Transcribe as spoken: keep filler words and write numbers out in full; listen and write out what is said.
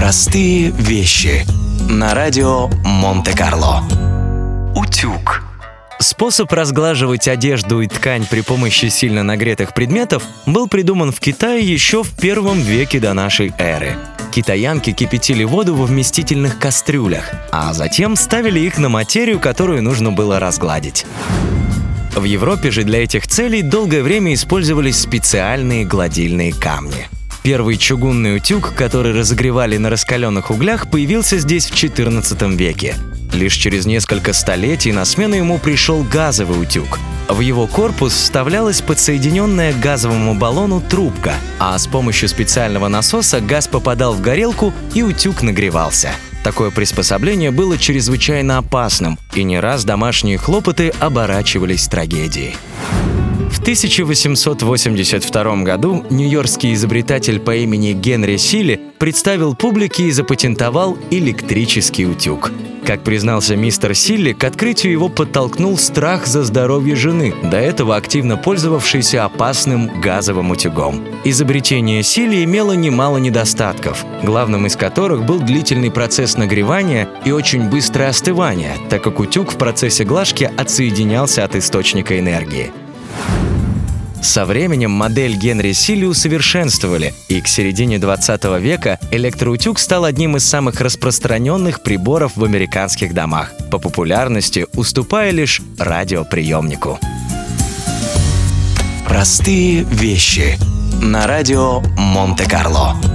Простые вещи на радио Монте-Карло. Утюг. Способ разглаживать одежду и ткань при помощи сильно нагретых предметов был придуман в Китае еще в первом веке до нашей эры. Китаянки кипятили воду во вместительных кастрюлях, а затем ставили их на материю, которую нужно было разгладить. В Европе же для этих целей долгое время использовались специальные гладильные камни. Первый чугунный утюг, который разогревали на раскаленных углях, появился здесь в четырнадцатом веке. Лишь через несколько столетий на смену ему пришел газовый утюг. В его корпус вставлялась подсоединенная к газовому баллону трубка, а с помощью специального насоса газ попадал в горелку и утюг нагревался. Такое приспособление было чрезвычайно опасным, и не раз домашние хлопоты оборачивались трагедией. В тысяча восемьсот восемьдесят втором году нью-йоркский изобретатель по имени Генри Силли представил публике и запатентовал электрический утюг. Как признался мистер Силли, к открытию его подтолкнул страх за здоровье жены, до этого активно пользовавшейся опасным газовым утюгом. Изобретение Силли имело немало недостатков, главным из которых был длительный процесс нагревания и очень быстрое остывание, так как утюг в процессе глажки отсоединялся от источника энергии. Со временем модель Генри Силли усовершенствовали, и к середине двадцатого века электроутюг стал одним из самых распространенных приборов в американских домах, по популярности уступая лишь радиоприемнику. Простые вещи на радио Монте-Карло.